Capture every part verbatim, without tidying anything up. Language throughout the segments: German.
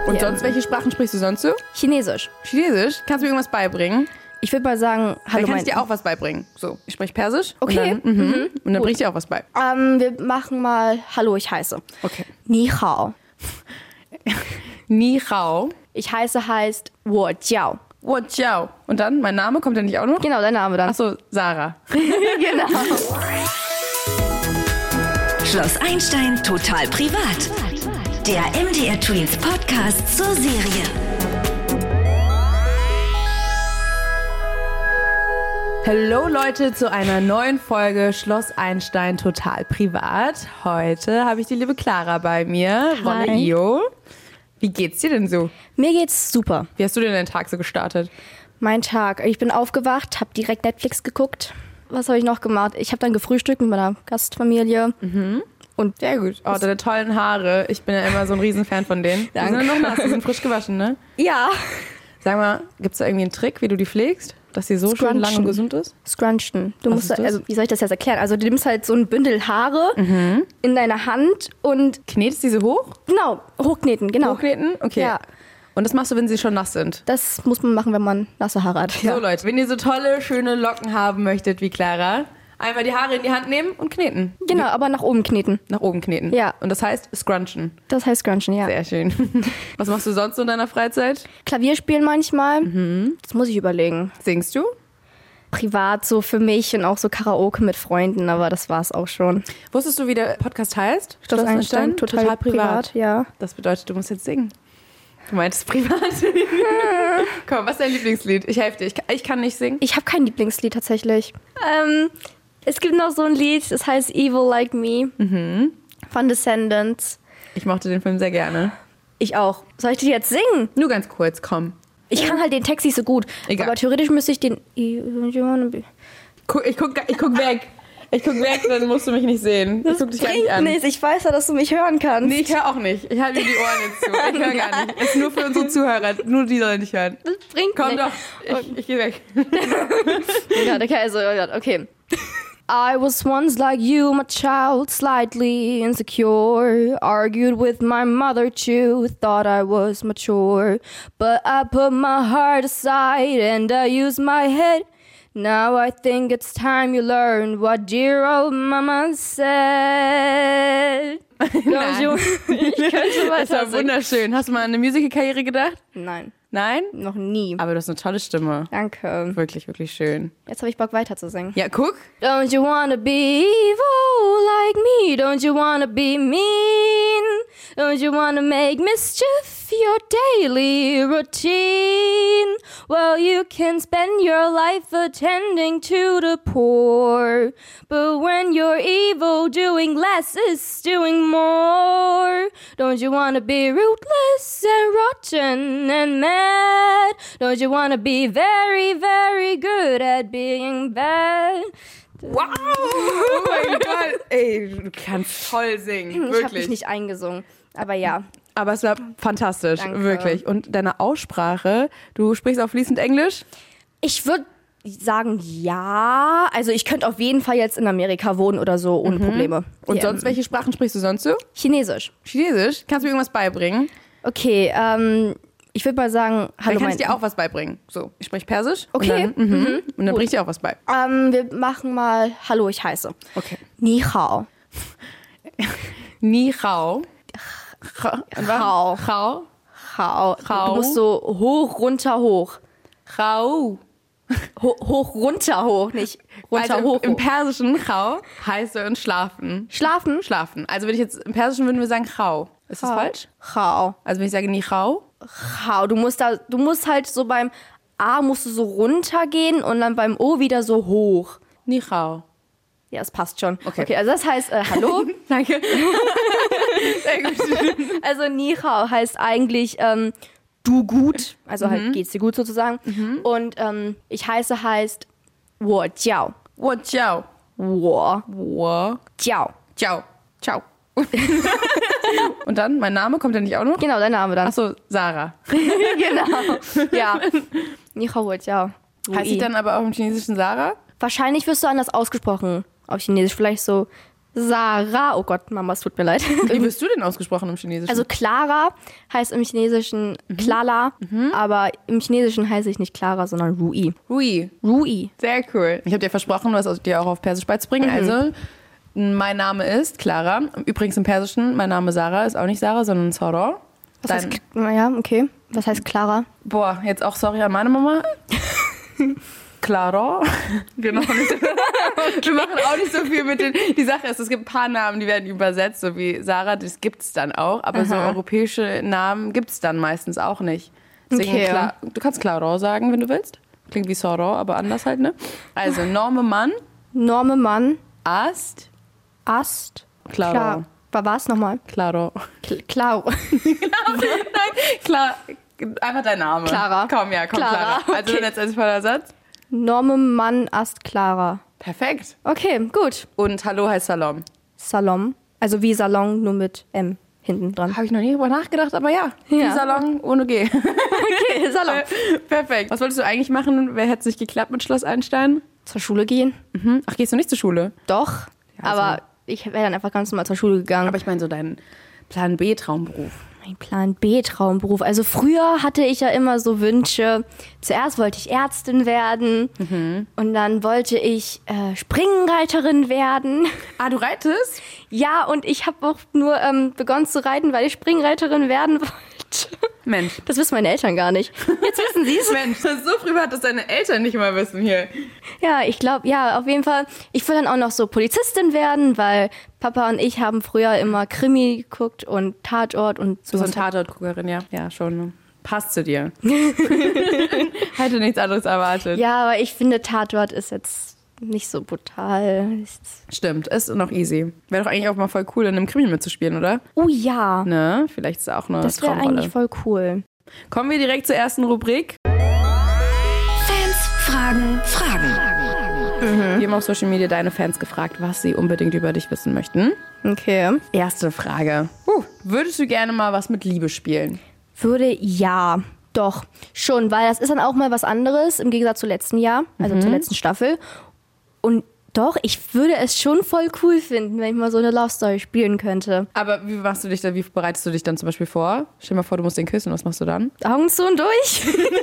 Und Ja. sonst, welche Sprachen sprichst du sonst so? Chinesisch. Chinesisch? Kannst du mir irgendwas beibringen? Ich würde mal sagen, Dann hallo kann mein... ich dir auch was beibringen. So, ich spreche Persisch. Okay. Und dann, mhm. und dann bringe ich dir auch was bei. Ähm, wir machen mal hallo, ich heiße. Okay. Ni hao. Ni hao. Ich heiße heißt wo jiao. Wo ciao. Und dann, mein Name kommt ja nicht auch noch? Genau, dein Name dann. Achso, Sarah. Genau. Schloss Einstein total privat. Der M D R Tweens Podcast zur Serie. Hallo Leute zu einer neuen Folge Schloss Einstein total privat. Heute habe ich die liebe Clara bei mir. Wolle Hi. Io. Wie geht's dir denn so? Mir geht's super. Wie hast du denn deinen Tag so gestartet? Mein Tag. Ich bin aufgewacht, habe direkt Netflix geguckt. Was habe ich noch gemacht? Ich habe dann gefrühstückt mit meiner Gastfamilie. Mhm. Und Sehr gut. Oh, deine tollen Haare. Ich bin ja immer so ein Riesenfan von denen. Danke. Die sind noch nass, die sind frisch gewaschen, ne? ja, Sag mal, gibt's da irgendwie einen Trick, wie du die pflegst? Dass sie so schön Scrunchen. lang und gesund ist? scrunchen. Du Was musst, ist das? also wie soll ich das jetzt erklären? Also du nimmst halt so ein Bündel Haare in deine Hand und Knetest die so hoch? genau, hochkneten, genau. Hochkneten? Okay. Ja. Und das machst du, wenn sie schon nass sind? Das muss man machen, wenn man nasse Haare hat. So Leute, wenn ihr so tolle, schöne Locken haben möchtet wie Clara, einmal die Haare in die Hand nehmen und kneten. Genau, aber nach oben kneten. Nach oben kneten. Ja. Und das heißt scrunchen. Das heißt scrunchen, ja. Sehr schön. Was machst du sonst so in deiner Freizeit? Klavier spielen manchmal. Mhm. Das muss ich überlegen. Singst du? Privat so für mich und auch so Karaoke mit Freunden, aber das war's auch schon. Wusstest du, wie der Podcast heißt? Schloss Einstein, total, privat. ja. Das bedeutet, du musst jetzt singen. Du meintest privat. Komm, was ist dein Lieblingslied? Ich helfe dir. Ich kann, ich kann nicht singen. Ich habe kein Lieblingslied tatsächlich. Ähm, es gibt noch so ein Lied, das heißt Evil Like Me von Descendants. Ich mochte den Film sehr gerne. Ich auch. Soll ich die jetzt singen? Nur ganz kurz, komm. Ich kann halt den Text nicht so gut. Egal. Aber theoretisch müsste ich den... You wanna be- Guck, ich, guck, ich guck weg. Ich guck weg, dann musst du mich nicht sehen. Ich guck dich gar nicht Bringt an. nichts. Ich weiß ja, dass du mich hören kannst. Nee, ich höre auch nicht. Ich halte mir die Ohren jetzt zu. Ich höre gar nicht. Ist nur für unsere Zuhörer. Nur die sollen nicht hören. Das bringt Komm nichts. doch. Ich, ich gehe weg. Ja, okay, also, okay. I was once like you, my child, slightly insecure. Argued with my mother too, thought I was mature. But I put my heart aside and I used my head. Now I think it's time you learned what dear old mama said. Don't you? Ich könnte Das war weiter singen. wunderschön. Hast du mal an eine Musical-Karriere gedacht? Nein, Nein? noch nie. Aber du hast eine tolle Stimme. Danke. Wirklich, wirklich schön. Jetzt habe ich Bock weiter zu singen. Ja, guck. Don't you wanna be evil like me? Don't you wanna be mean? Don't you wanna make mischief your daily routine? Well, you can spend your life attending to the poor. But when you're evil, doing less is doing more. Don't you wanna be ruthless and rotten and mad? Don't you wanna be very, very good at being bad? Wow! Oh mein Gott. Ey, du kannst toll singen. Ich habe Wirklich. mich nicht eingesungen. Aber ja. Aber es war fantastisch. Danke. Wirklich. Und deine Aussprache, du sprichst auch fließend Englisch? Ich würde sagen, ja. Also ich könnte auf jeden Fall jetzt in Amerika wohnen oder so, ohne Probleme. Und Ja. sonst, welche Sprachen sprichst du sonst so? Chinesisch. Chinesisch? Kannst du mir irgendwas beibringen? Okay, ähm, ich würde mal sagen, Dann hallo kann mein... ich dir auch was beibringen. So, ich spreche Persisch. Okay. Und dann, mhm. und dann bringe ich dir auch was bei. Ähm, wir machen mal hallo, ich heiße. Okay. Ni hao. Ni hao. Chao. Chao. Chao. Hao. Chao. Du musst so hoch, runter, hoch. Chao. Ho hoch, runter, hoch. Nicht runter, Also hoch, im hoch. Persischen Chao heißt bei uns schlafen. Schlafen? Schlafen. Also wenn ich jetzt im Persischen würden wir sagen Chao. Ist das Chao. falsch? Chao. Also wenn ich sage Ni Chao. Chao. Du musst da, du musst halt so beim A musst du so runtergehen und dann beim O wieder so hoch. Ni Chao. Ja, es passt schon. Okay. Okay, also das heißt, äh, hallo. Danke. Sehr gut. Also Ni hao heißt eigentlich ähm, du gut. Also halt geht's dir gut sozusagen. Und ähm, ich heiße heißt wo jiao. Wo ciao. Wo Wo jiao. ciao. Ciao. Und dann, mein Name kommt ja nicht auch noch? Genau, dein Name dann. Achso, Sarah. Genau. Ja. Ni hao wo jiao. Heißt ich dann aber auch im Chinesischen Sarah? Wahrscheinlich wirst du anders ausgesprochen auf Chinesisch. Vielleicht so Sarah. Oh Gott, Mama, es tut mir leid. Wie bist du denn ausgesprochen im Chinesischen? Also Clara heißt im Chinesischen mhm. Klala, mhm. aber im Chinesischen heiße ich nicht Clara, sondern Rui. Rui. Rui. Sehr cool. Ich habe dir versprochen, was dir auch auf Persisch beizubringen. Mhm. Also, mein Name ist Clara. Übrigens im Persischen, mein Name Sarah ist auch nicht Sarah, sondern Soro. Was heißt, naja, okay. Was heißt Clara? Boah, jetzt auch sorry an meine Mama. Clara. Wir machen, nicht, wir machen auch nicht so viel mit den... Die Sache ist, es gibt ein paar Namen, die werden übersetzt, so wie Sarah, das gibt's dann auch. Aber Aha. so europäische Namen gibt's dann meistens auch nicht. Deswegen okay. Kla- du kannst Clara sagen, wenn du willst. Klingt wie Soro, aber anders halt, ne? Also, Norme Mann. Norme Mann. Ast. Ast. Clara. War was nochmal? Claro. Claro. Nein, klar. Einfach dein Name. Clara. Komm, ja, komm, Clara. Clara. Also okay. jetzt als voller Satz. Norme Mann Ast Clara. Perfekt. Okay, gut. Und Hallo heißt Salom. Salom. Also wie Salon, nur mit M hinten dran. Habe ich noch nie drüber nachgedacht, aber ja. ja. Wie Salon ohne G. Okay, Salon. Perfekt. Was wolltest du eigentlich machen? Wer hätte es nicht geklappt mit Schloss Einstein? Zur Schule gehen. Mhm. Ach, gehst du nicht zur Schule? Doch, ja, also. aber ich wäre dann einfach ganz normal zur Schule gegangen. Aber ich meine so deinen Plan B-Traumberuf. Mein Plan B-Traumberuf. Also früher hatte ich ja immer so Wünsche. Zuerst wollte ich Ärztin werden mhm. und dann wollte ich äh, Springreiterin werden. Ah, du reitest? Ja, und ich habe auch nur ähm, begonnen zu reiten, weil ich Springreiterin werden wollte. Mensch. Das wissen meine Eltern gar nicht. Jetzt wissen sie es. Mensch, das ist so früh, hat das deine Eltern nicht mal wissen hier. Ja, ich glaube, ja, auf jeden Fall. Ich will dann auch noch so Polizistin werden, weil Papa und ich haben früher immer Krimi geguckt und Tatort und so. Du bist eine Tatortguckerin, ja. Ja, schon. Ne? Passt zu dir. Hätte nichts anderes erwartet. Ja, aber ich finde, Tatort ist jetzt nicht so brutal. Stimmt, ist noch easy. Wäre doch eigentlich auch mal voll cool, in einem Krimi mitzuspielen, oder? Oh ja. Ne? Vielleicht ist es auch eine Das wäre eigentlich voll cool. Kommen wir direkt zur ersten Rubrik. Fans fragen Fragen. Mhm. Wir haben auf Social Media deine Fans gefragt, was sie unbedingt über dich wissen möchten. Okay. Erste Frage. Uh, würdest du gerne mal was mit Liebe spielen? Würde ja. Doch, schon, weil das ist dann auch mal was anderes im Gegensatz zum letzten Jahr, also mhm. zur letzten Staffel. Und doch, ich würde es schon voll cool finden, wenn ich mal so eine Love Story spielen könnte. Aber wie machst du dich da, wie bereitest du dich dann zum Beispiel vor? Stell dir mal vor, du musst den küssen, was machst du dann? Augen zu und durch.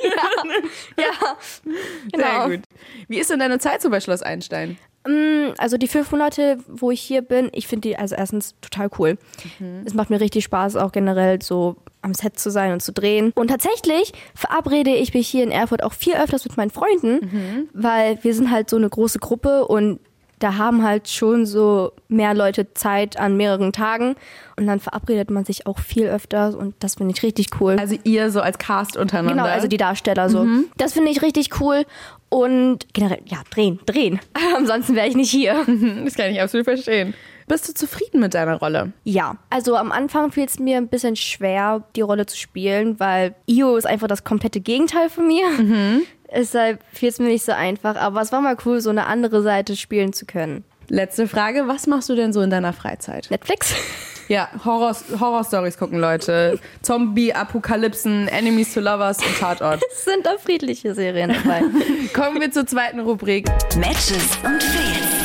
ja. ja, genau. Sehr gut. Wie ist denn deine Zeit so bei Schloss Einstein? Also die fünf Monate, wo ich hier bin, ich finde die also erstens total cool. Mhm. Es macht mir richtig Spaß, auch generell so am Set zu sein und zu drehen. Und tatsächlich verabrede ich mich hier in Erfurt auch viel öfters mit meinen Freunden, mhm. weil wir sind halt so eine große Gruppe und da haben halt schon so mehr Leute Zeit an mehreren Tagen und dann verabredet man sich auch viel öfter und das finde ich richtig cool. Also ihr so als Cast untereinander? Genau, also die Darsteller so. Mhm. Das finde ich richtig cool und generell, ja, drehen, drehen. Ansonsten wäre ich nicht hier. Das kann ich absolut verstehen. Bist du zufrieden mit deiner Rolle? Ja, also am Anfang fiel es mir ein bisschen schwer, die Rolle zu spielen, weil Io ist einfach das komplette Gegenteil von mir. Mhm. Deshalb fiel es mir nicht so einfach, aber es war mal cool, so eine andere Seite spielen zu können. Letzte Frage, was machst du denn so in deiner Freizeit? Netflix? Ja, Horror, Horror-Stories gucken, Leute. Zombie, Apokalypsen, Enemies to Lovers und Tatort. Es sind auch friedliche Serien dabei. Kommen wir zur zweiten Rubrik. Matches und Fails.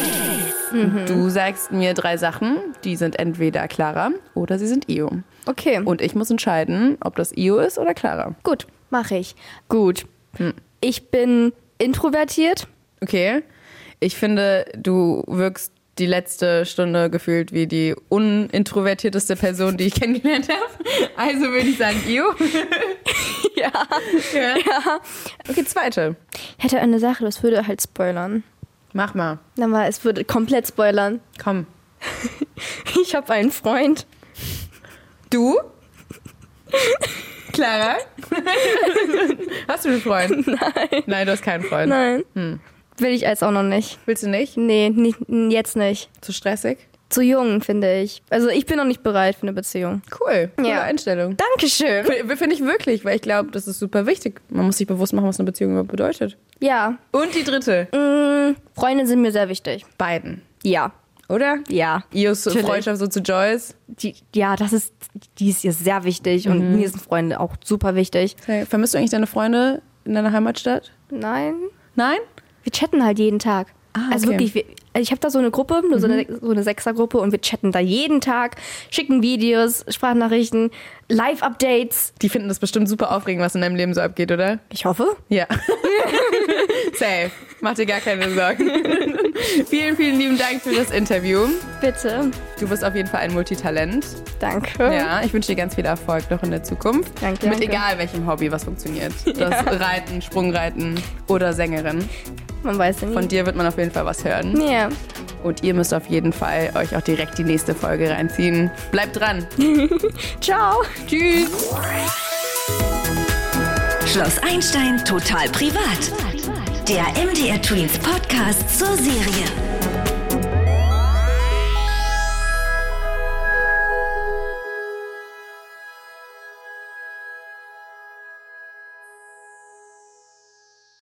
Mhm. Du sagst mir drei Sachen, die sind entweder Clara oder sie sind Io. Okay. Und ich muss entscheiden, ob das Io ist oder Clara. Gut, mache ich. Gut. Hm. Ich bin introvertiert. Okay. Ich finde, du wirkst die letzte Stunde gefühlt wie die unintrovertierteste Person, die ich kennengelernt habe. Also würde ich sagen Io. ja. ja. ja. Okay, zweite. Ich hätte eine Sache, das würde halt spoilern. Mach mal. Na mal, es würde komplett spoilern. Komm. Ich habe einen Freund. Du? Clara? Hast du einen Freund? Nein. Nein, du hast keinen Freund. Nein. Hm. Will ich als auch noch nicht. Willst du nicht? Nee, nicht, jetzt nicht. Zu stressig? Zu jung, finde ich. Also ich bin noch nicht bereit für eine Beziehung. Cool. Coole ja. Einstellung. Dankeschön. F- Finde ich wirklich, weil ich glaube, das ist super wichtig. Man muss sich bewusst machen, was eine Beziehung überhaupt bedeutet. Ja. Und die dritte? Mmh, Freunde sind mir sehr wichtig. Beiden. Ja. Oder? Ja. Ios Freundschaft so zu Joyce? Die, ja, das ist, die ist ihr sehr wichtig. Und mhm. mir sind Freunde auch super wichtig. Okay. Vermisst du eigentlich deine Freunde in deiner Heimatstadt? Nein. Nein? Wir chatten halt jeden Tag. Ah, Also okay. wirklich, wir, also ich habe da so eine Gruppe, nur so eine, so eine Sechsergruppe und wir chatten da jeden Tag, schicken Videos, Sprachnachrichten, Live-Updates. Die finden das bestimmt super aufregend, was in deinem Leben so abgeht, oder? Ich hoffe. Ja. Safe. Mach dir gar keine Sorgen. Vielen, vielen lieben Dank für das Interview. Bitte. Du bist auf jeden Fall ein Multitalent. Danke. Ja, ich wünsche dir ganz viel Erfolg noch in der Zukunft. Danke, Mit danke. egal welchem Hobby, was funktioniert. Das Reiten, Sprungreiten oder Sängerin. Man weiß ja nie. Von dir wird man auf jeden Fall was hören. Ja. Und ihr müsst auf jeden Fall euch auch direkt die nächste Folge reinziehen. Bleibt dran. Ciao. Tschüss. Schloss Einstein total privat. Der M D R Tweens Podcast zur Serie.